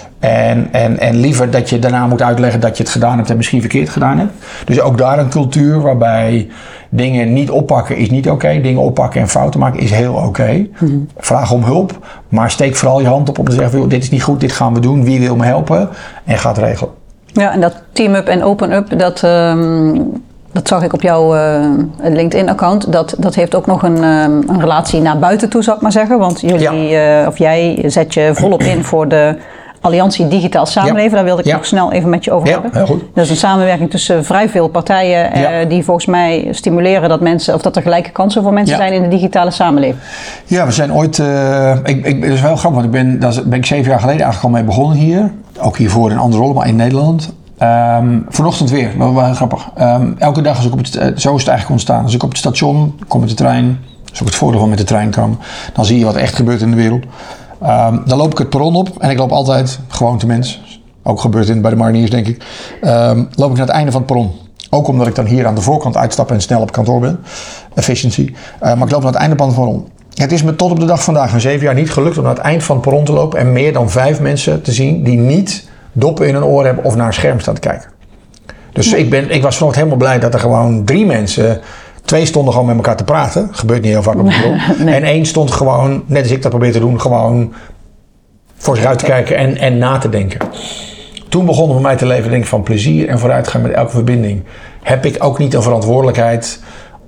En liever dat je daarna moet uitleggen dat je het gedaan hebt en misschien verkeerd gedaan hebt. Dus ook daar een cultuur waarbij dingen niet oppakken is niet oké. Dingen oppakken en fouten maken is heel oké. Vraag om hulp, maar steek vooral je hand op om te zeggen, dit is niet goed, dit gaan we doen, wie wil me helpen? En ga het regelen. Ja, en dat team-up en open-up, dat zag ik op jouw LinkedIn-account. Dat heeft ook nog een relatie naar buiten toe, zou ik maar zeggen. Want jij zet je volop in voor de Alliantie Digitaal Samenleven. Daar wilde ik nog snel even met je over hebben. Heel goed. Dat is een samenwerking tussen vrij veel partijen die volgens mij stimuleren dat mensen, of dat er gelijke kansen voor mensen zijn in de digitale samenleving. Ja, we zijn ooit, dat is wel grappig, want daar ben ik 7 jaar geleden eigenlijk al mee begonnen hier. Ook hiervoor in andere rollen, maar in Nederland. Vanochtend weer, wel heel grappig. Elke dag zo is het eigenlijk ontstaan. Als ik op het station kom met de trein, dat is ook het voordeel van met de trein komen, dan zie je wat echt gebeurt in de wereld. Dan loop ik het perron op en ik loop altijd gewoon te mens. Ook gebeurt bij de mariniers, denk ik. Loop ik naar het einde van het perron. Ook omdat ik dan hier aan de voorkant uitstap en snel op kantoor ben. Efficiency. Maar ik loop naar het einde van het perron. Het is me tot op de dag vandaag, in 7 jaar, niet gelukt om naar het eind van het perron te lopen en meer dan 5 mensen te zien die niet doppen in hun oor hebben of naar een scherm staan te kijken. Dus ik was vanochtend helemaal blij dat er gewoon 3 mensen, 2 stonden gewoon met elkaar te praten. Gebeurt niet heel vaak op de grond. Nee. En 1 stond gewoon, net als ik dat probeer te doen, gewoon voor zich uit te kijken en na te denken. Toen begon voor mij te leven, denk ik, van plezier en vooruitgaan met elke verbinding. Heb ik ook niet een verantwoordelijkheid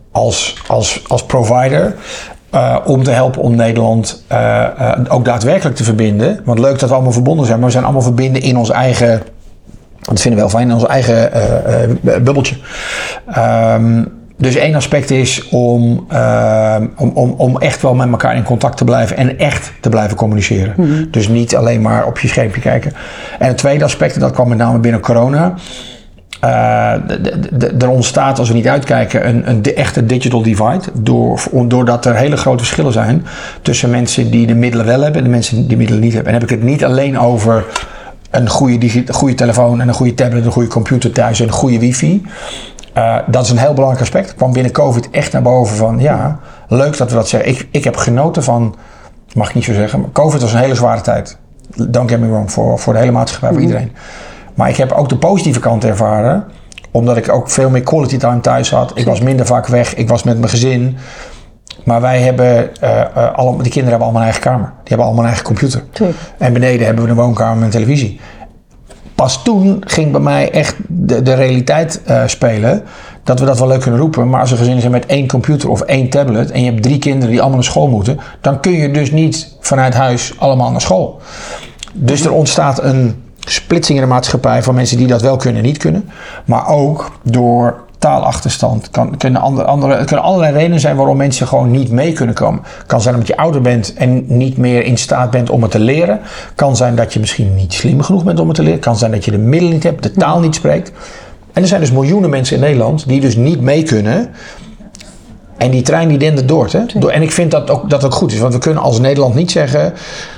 als provider om te helpen om Nederland ook daadwerkelijk te verbinden. Want leuk dat we allemaal verbonden zijn, maar we zijn allemaal verbinden in ons eigen, dat vinden we wel fijn, in ons eigen bubbeltje. Dus 1 aspect is om echt wel met elkaar in contact te blijven en echt te blijven communiceren. Dus niet alleen maar op je schermpje kijken. En het tweede aspect, en dat kwam met name binnen corona. Er ontstaat, als we niet uitkijken, een echte digital divide. Doordat er hele grote verschillen zijn tussen mensen die de middelen wel hebben en de mensen die de middelen niet hebben. En heb ik het niet alleen over een goede telefoon en een goede tablet, een goede computer thuis en een goede wifi. Dat is een heel belangrijk aspect. Kwam binnen COVID echt naar boven van, ja, leuk dat we dat zeggen. Ik heb genoten van, mag ik niet zo zeggen, maar COVID was een hele zware tijd. Don't get me wrong, voor de hele maatschappij, voor iedereen. Maar ik heb ook de positieve kant ervaren, omdat ik ook veel meer quality time thuis had. Ik was minder vaak weg, ik was met mijn gezin. Maar wij hebben, de kinderen hebben allemaal een eigen kamer. Die hebben allemaal een eigen computer. En beneden hebben we een woonkamer met televisie. Pas toen ging bij mij echt de realiteit spelen dat we dat wel leuk kunnen roepen. Maar als er gezinnen zijn met 1 computer of 1 tablet en je hebt 3 kinderen die allemaal naar school moeten, dan kun je dus niet vanuit huis allemaal naar school. Dus er ontstaat een splitsing in de maatschappij van mensen die dat wel kunnen en niet kunnen. Maar ook door taalachterstand. Kunnen allerlei redenen zijn waarom mensen gewoon niet mee kunnen komen. Kan zijn omdat je ouder bent en niet meer in staat bent om het te leren. Kan zijn dat je misschien niet slim genoeg bent om het te leren. Kan zijn dat je de middelen niet hebt, de taal niet spreekt. En er zijn dus miljoenen mensen in Nederland die dus niet mee kunnen. En die trein die dendert door. Hè? En ik vind dat ook goed is. Want we kunnen als Nederland niet zeggen,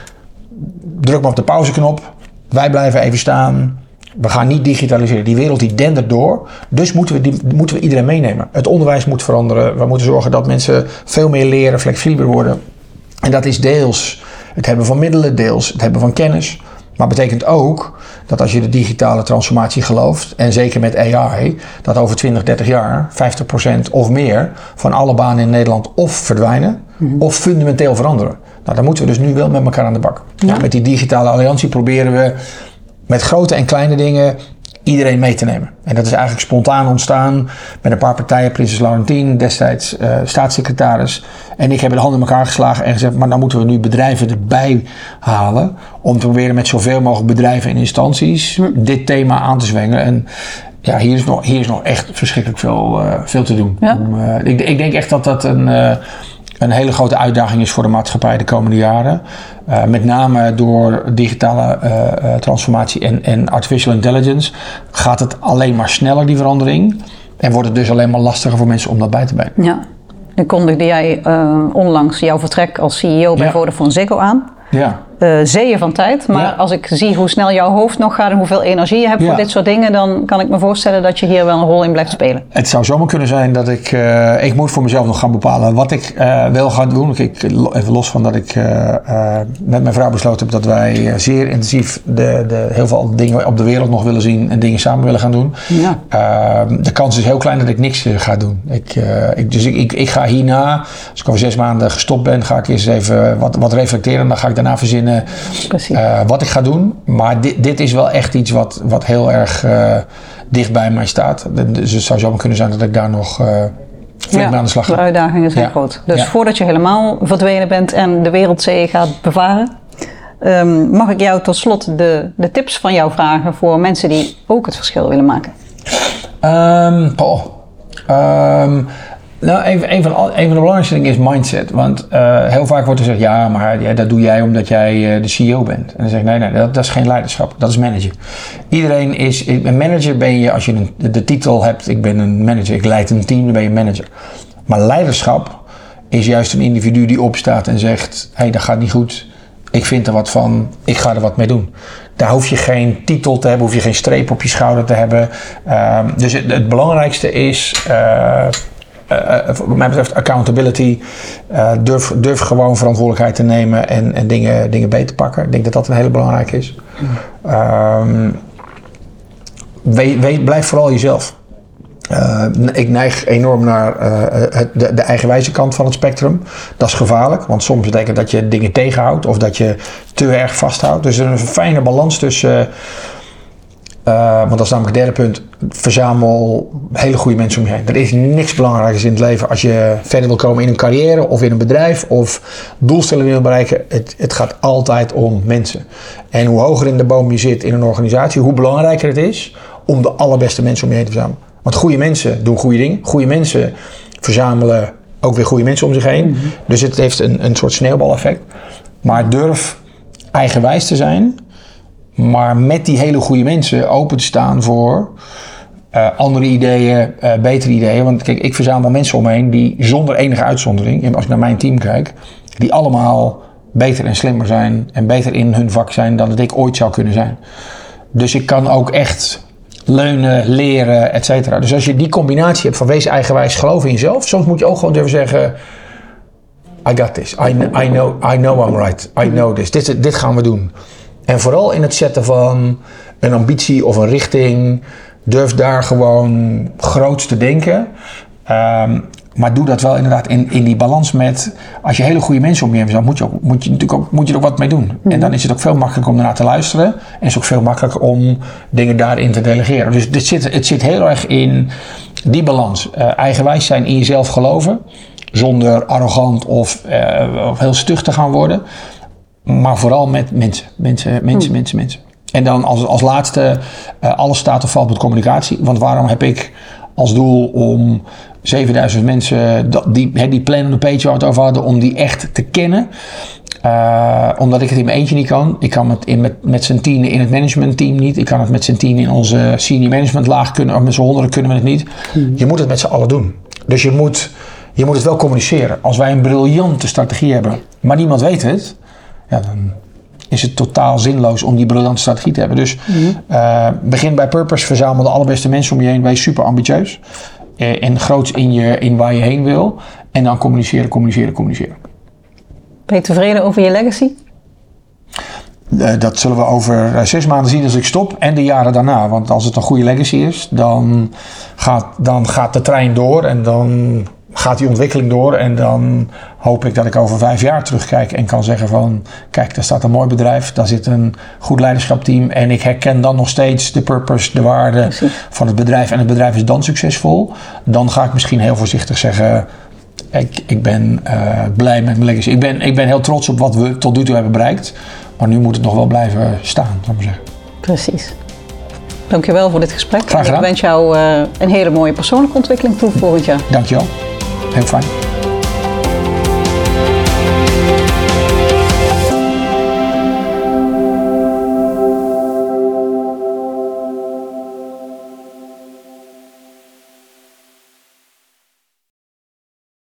druk maar op de pauzeknop. Wij blijven even staan. We gaan niet digitaliseren. Die wereld die dendert door. Dus moeten we iedereen meenemen. Het onderwijs moet veranderen. We moeten zorgen dat mensen veel meer leren, flexibeler worden. En dat is deels het hebben van middelen, deels het hebben van kennis. Maar betekent ook dat als je de digitale transformatie gelooft, en zeker met AI, dat over 20, 30 jaar 50% of meer van alle banen in Nederland of verdwijnen of fundamenteel veranderen. Nou, dan moeten we dus nu wel met elkaar aan de bak. Ja. Met die digitale alliantie proberen we met grote en kleine dingen iedereen mee te nemen. En dat is eigenlijk spontaan ontstaan met een paar partijen. Prinses Laurentien, destijds staatssecretaris. En ik heb de handen in elkaar geslagen en gezegd, maar dan moeten we nu bedrijven erbij halen om te proberen met zoveel mogelijk bedrijven en instanties dit thema aan te zwengelen. En ja, hier is nog echt verschrikkelijk veel te doen. Ja. Ik denk echt dat dat een hele grote uitdaging is voor de maatschappij de komende jaren. Met name door digitale transformatie en artificial intelligence gaat het alleen maar sneller, die verandering. En wordt het dus alleen maar lastiger voor mensen om dat bij te benen. Ja. Nu kondigde jij onlangs jouw vertrek als CEO bij Vodafone Ziggo aan. Ja. Zeeën van tijd, maar als ik zie hoe snel jouw hoofd nog gaat en hoeveel energie je hebt voor dit soort dingen, dan kan ik me voorstellen dat je hier wel een rol in blijft spelen. Het zou zomaar kunnen zijn dat ik moet voor mezelf nog gaan bepalen wat ik wel ga doen. Even los van dat ik met mijn vrouw besloten heb dat wij zeer intensief heel veel dingen op de wereld nog willen zien en dingen samen willen gaan doen. Ja. De kans is heel klein dat ik niks ga doen. Ik ga hierna, als ik over 6 maanden gestopt ben, ga ik eerst even wat reflecteren en dan ga ik daarna verzinnen wat ik ga doen. Maar dit is wel echt iets wat heel erg dicht bij mij staat. Dus het zou zo kunnen zijn dat ik daar nog flink mee aan de slag ga. De uitdagingen zijn groot. Dus voordat je helemaal verdwenen bent en de wereldzee gaat bevaren, mag ik jou tot slot de tips van jou vragen voor mensen die ook het verschil willen maken? Nou, een van de belangrijkste dingen is mindset. Want heel vaak wordt er gezegd, ja, maar dat doe jij omdat jij de CEO bent. En dan zeg ik, nee, dat is geen leiderschap. Dat is manager. Iedereen is, een manager ben je als je de titel hebt, ik ben een manager, ik leid een team, dan ben je manager. Maar leiderschap is juist een individu die opstaat en zegt, hé, dat gaat niet goed. Ik vind er wat van, ik ga er wat mee doen. Daar hoef je geen titel te hebben, hoef je geen streep op je schouder te hebben. Dus het belangrijkste is, wat mij betreft, accountability. Durf gewoon verantwoordelijkheid te nemen en dingen beter te pakken. Ik denk dat dat een hele belangrijke is. Blijf vooral jezelf. Ik neig enorm naar de eigenwijze kant van het spectrum. Dat is gevaarlijk, want soms betekent dat je dingen tegenhoudt of dat je te erg vasthoudt. Dus er is een fijne balans tussen, want dat is namelijk het derde punt, verzamel hele goede mensen om je heen. Er is niks belangrijkers in het leven als je verder wil komen in een carrière of in een bedrijf of doelstellingen wil bereiken. Het gaat altijd om mensen. En hoe hoger in de boom je zit in een organisatie, hoe belangrijker het is om de allerbeste mensen om je heen te verzamelen. Want goede mensen doen goede dingen. Goede mensen verzamelen ook weer goede mensen om zich heen. Mm-hmm. Dus het heeft een soort sneeuwbaleffect. Maar durf eigenwijs te zijn. Maar met die hele goede mensen open te staan voor andere ideeën, betere ideeën. Want kijk, ik verzamel mensen om me heen die zonder enige uitzondering, als ik naar mijn team kijk, die allemaal beter en slimmer zijn en beter in hun vak zijn dan dat ik ooit zou kunnen zijn. Dus ik kan ook echt leunen, leren, et cetera. Dus als je die combinatie hebt van wees eigenwijs, geloof in jezelf. Soms moet je ook gewoon durven zeggen, I got this. I know I'm right. I know this. Dit gaan we doen. En vooral in het zetten van een ambitie of een richting, durf daar gewoon groots te denken. Maar doe dat wel inderdaad in die balans met... Als je hele goede mensen om je heen hebt, moet je er ook wat mee doen. Mm-hmm. En dan is het ook veel makkelijker om ernaar te luisteren. En is het ook veel makkelijker om dingen daarin te delegeren. Dus het zit heel erg in die balans. Eigenwijs zijn, in jezelf geloven. Zonder arrogant of heel stug te gaan worden. Maar vooral met mensen. En dan als laatste, alles staat of valt met communicatie. Want waarom heb ik als doel om 7000 mensen, die plan on the page waar we het over hadden, om die echt te kennen? Omdat ik het in mijn eentje niet kan. Ik kan het met z'n 10 in het managementteam niet. Ik kan het met z'n 10 in onze senior management laag kunnen. Of met z'n 100 kunnen we het niet. Je moet het met z'n allen doen. Dus je moet het wel communiceren. Als wij een briljante strategie hebben, maar niemand weet het, ja, dan is het totaal zinloos om die briljante strategie te hebben. Dus begin bij purpose, verzamel de allerbeste mensen om je heen, wees super ambitieus. En groots in waar je heen wil. En dan communiceren. Ben je tevreden over je legacy? Dat zullen we over 6 maanden zien als ik stop en de jaren daarna. Want als het een goede legacy is, dan gaat de trein door en dan gaat die ontwikkeling door. En dan hoop ik dat ik over 5 jaar terugkijk en kan zeggen van... Kijk, daar staat een mooi bedrijf, daar zit een goed leiderschapsteam. En ik herken dan nog steeds de purpose, de waarde van het bedrijf. En het bedrijf is dan succesvol. Dan ga ik misschien heel voorzichtig zeggen... Ik ben blij met mijn legacy. Ik ben heel trots op wat we tot nu toe hebben bereikt. Maar nu moet het nog wel blijven staan, zal ik maar zeggen. Precies. Dankjewel voor dit gesprek. Graag gedaan. Ik wens jou een hele mooie persoonlijke ontwikkeling toe volgend jaar. Dankjewel. Heel fijn.